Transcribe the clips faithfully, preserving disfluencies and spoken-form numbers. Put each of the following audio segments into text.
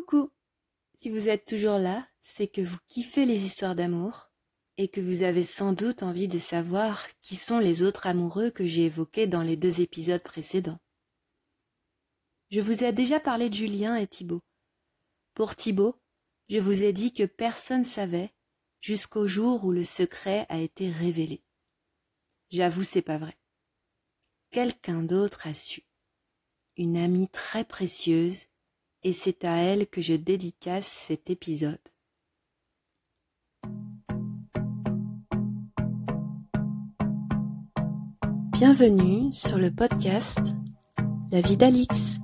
Coucou! Si vous êtes toujours là, c'est que vous kiffez les histoires d'amour et que vous avez sans doute envie de savoir qui sont les autres amoureux que j'ai évoqués dans les deux épisodes précédents. Je vous ai déjà parlé de Julien et Thibaut. Pour Thibaut, je vous ai dit que personne savait jusqu'au jour où le secret a été révélé. J'avoue, c'est pas vrai. Quelqu'un d'autre a su. Une amie très précieuse, et c'est à elle que je dédicace cet épisode. Bienvenue sur le podcast La vie d'Alix.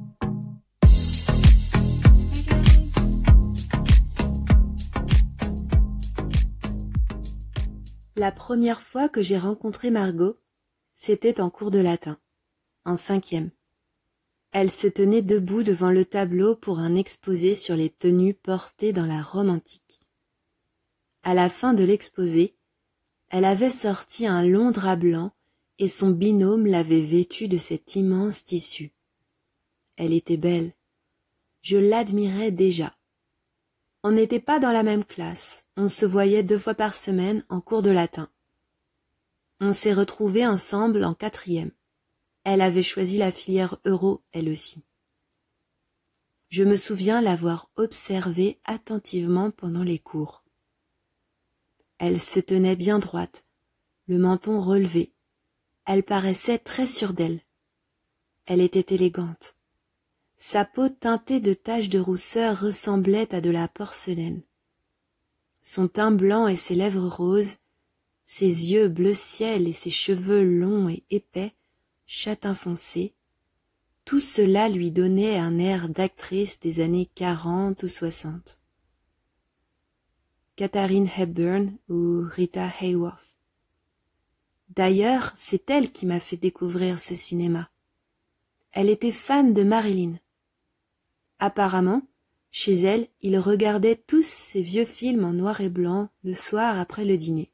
La première fois que j'ai rencontré Margot, c'était en cours de latin, en cinquième. Elle se tenait debout devant le tableau pour un exposé sur les tenues portées dans la Rome antique. À la fin de l'exposé, elle avait sorti un long drap blanc et son binôme l'avait vêtue de cet immense tissu. Elle était belle. Je l'admirais déjà. On n'était pas dans la même classe, on se voyait deux fois par semaine en cours de latin. On s'est retrouvés ensemble en quatrième. Elle avait choisi la filière euro, elle aussi. Je me souviens l'avoir observée attentivement pendant les cours. Elle se tenait bien droite, le menton relevé. Elle paraissait très sûre d'elle. Elle était élégante. Sa peau teintée de taches de rousseur ressemblait à de la porcelaine. Son teint blanc et ses lèvres roses, ses yeux bleu ciel et ses cheveux longs et épais, châtain foncé, tout cela lui donnait un air d'actrice des années quarante ou soixante. Katharine Hepburn ou Rita Hayworth. D'ailleurs, c'est elle qui m'a fait découvrir ce cinéma. Elle était fan de Marilyn. Apparemment, chez elle, ils regardaient tous ces vieux films en noir et blanc le soir après le dîner.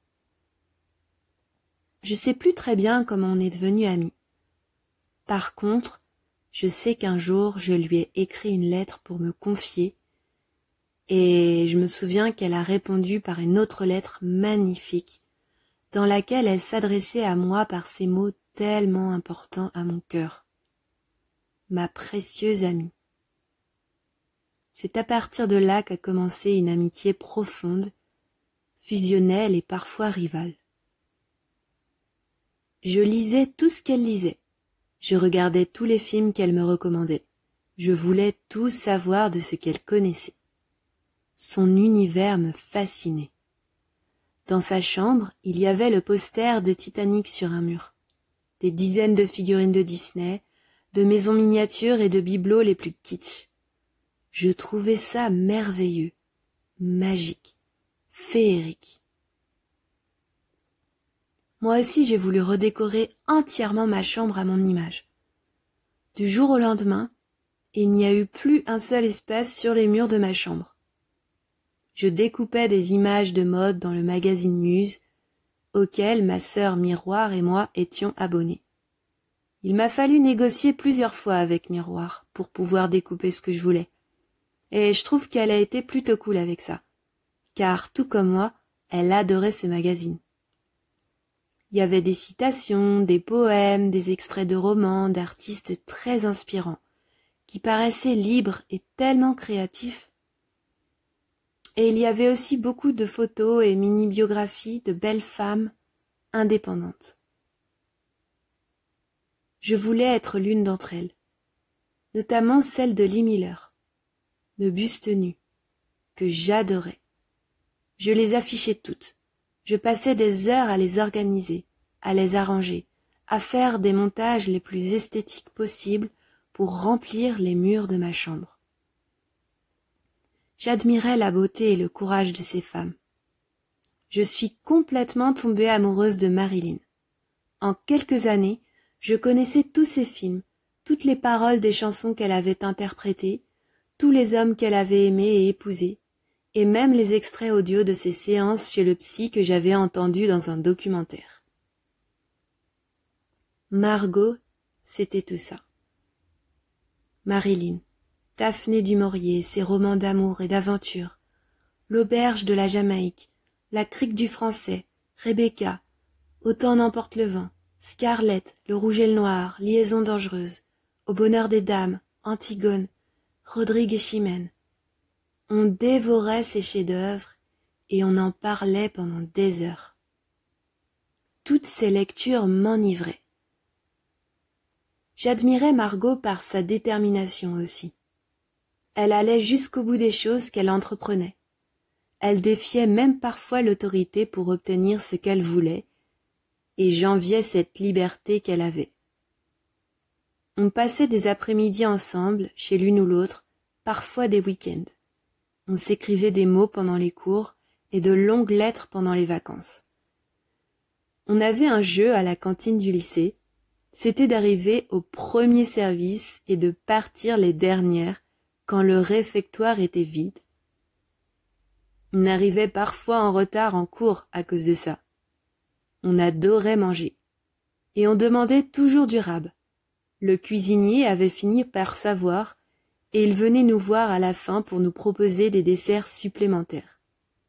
Je sais plus très bien comment on est devenus amis. Par contre, je sais qu'un jour, je lui ai écrit une lettre pour me confier et je me souviens qu'elle a répondu par une autre lettre magnifique dans laquelle elle s'adressait à moi par ces mots tellement importants à mon cœur. Ma précieuse amie. C'est à partir de là qu'a commencé une amitié profonde, fusionnelle et parfois rivale. Je lisais tout ce qu'elle lisait. Je regardais tous les films qu'elle me recommandait. Je voulais tout savoir de ce qu'elle connaissait. Son univers me fascinait. Dans sa chambre, il y avait le poster de Titanic sur un mur. Des dizaines de figurines de Disney, de maisons miniatures et de bibelots les plus kitsch. Je trouvais ça merveilleux, magique, féerique. Moi aussi j'ai voulu redécorer entièrement ma chambre à mon image. Du jour au lendemain, il n'y a eu plus un seul espace sur les murs de ma chambre. Je découpais des images de mode dans le magazine Muse, auquel ma sœur Miroir et moi étions abonnés. Il m'a fallu négocier plusieurs fois avec Miroir pour pouvoir découper ce que je voulais. Et je trouve qu'elle a été plutôt cool avec ça, car tout comme moi, elle adorait ce magazine. Il y avait des citations, des poèmes, des extraits de romans, d'artistes très inspirants, qui paraissaient libres et tellement créatifs. Et il y avait aussi beaucoup de photos et mini-biographies de belles femmes indépendantes. Je voulais être l'une d'entre elles, notamment celle de Lee Miller, de buste nu, que j'adorais. Je les affichais toutes. Je passais des heures à les organiser, à les arranger, à faire des montages les plus esthétiques possibles pour remplir les murs de ma chambre. J'admirais la beauté et le courage de ces femmes. Je suis complètement tombée amoureuse de Marilyn. En quelques années, je connaissais tous ses films, toutes les paroles des chansons qu'elle avait interprétées, tous les hommes qu'elle avait aimés et épousés, et même les extraits audio de ses séances chez le psy que j'avais entendus dans un documentaire. Margot, c'était tout ça. Marilyn, Daphné du Maurier, ses romans d'amour et d'aventure, L'auberge de la Jamaïque, La crique du Français, Rebecca, Autant n'emporte le vent, Scarlett, Le rouge et le noir, Liaison dangereuse, Au bonheur des dames, Antigone, Rodrigue et Chimène. On dévorait ces chefs-d'œuvre et on en parlait pendant des heures. Toutes ces lectures m'enivraient. J'admirais Margot par sa détermination aussi. Elle allait jusqu'au bout des choses qu'elle entreprenait. Elle défiait même parfois l'autorité pour obtenir ce qu'elle voulait, et j'enviais cette liberté qu'elle avait. On passait des après-midi ensemble, chez l'une ou l'autre, parfois des week-ends. On s'écrivait des mots pendant les cours et de longues lettres pendant les vacances. On avait un jeu à la cantine du lycée, c'était d'arriver au premier service et de partir les dernières quand le réfectoire était vide. On arrivait parfois en retard en cours à cause de ça. On adorait manger. Et on demandait toujours du rab. Le cuisinier avait fini par savoir et il venait nous voir à la fin pour nous proposer des desserts supplémentaires.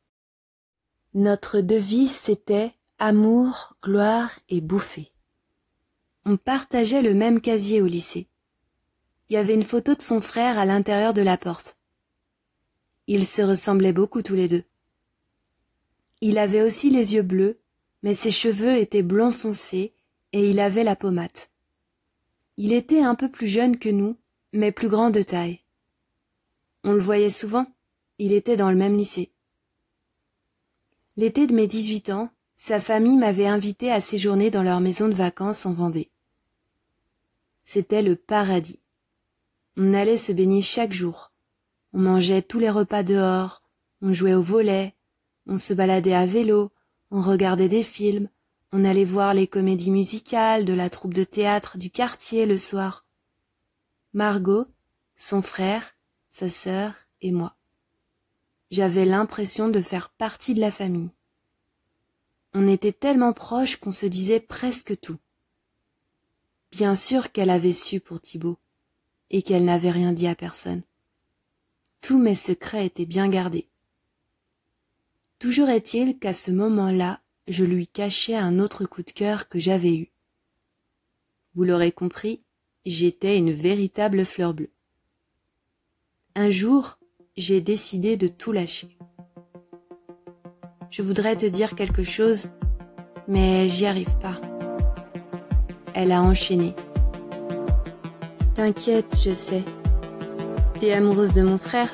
Notre devise, c'était amour, gloire et bouffée. On partageait le même casier au lycée. Il y avait une photo de son frère à l'intérieur de la porte. Ils se ressemblaient beaucoup tous les deux. Il avait aussi les yeux bleus, mais ses cheveux étaient blond foncé et il avait la peau mate. Il était un peu plus jeune que nous, mais plus grand de taille. On le voyait souvent, il était dans le même lycée. L'été de mes dix-huit ans, sa famille m'avait invité à séjourner dans leur maison de vacances en Vendée. C'était le paradis. On allait se baigner chaque jour. On mangeait tous les repas dehors, on jouait au volley, on se baladait à vélo, on regardait des films, on allait voir les comédies musicales de la troupe de théâtre du quartier le soir. Margot, son frère, sa sœur et moi. J'avais l'impression de faire partie de la famille. On était tellement proches qu'on se disait presque tout. Bien sûr qu'elle avait su pour Thibaut, et qu'elle n'avait rien dit à personne. Tous mes secrets étaient bien gardés. Toujours est-il qu'à ce moment-là, je lui cachais un autre coup de cœur que j'avais eu. Vous l'aurez compris, j'étais une véritable fleur bleue. Un jour, j'ai décidé de tout lâcher. Je voudrais te dire quelque chose, mais j'y arrive pas. Elle a enchaîné. T'inquiète, je sais. T'es amoureuse de mon frère, c'est ça ?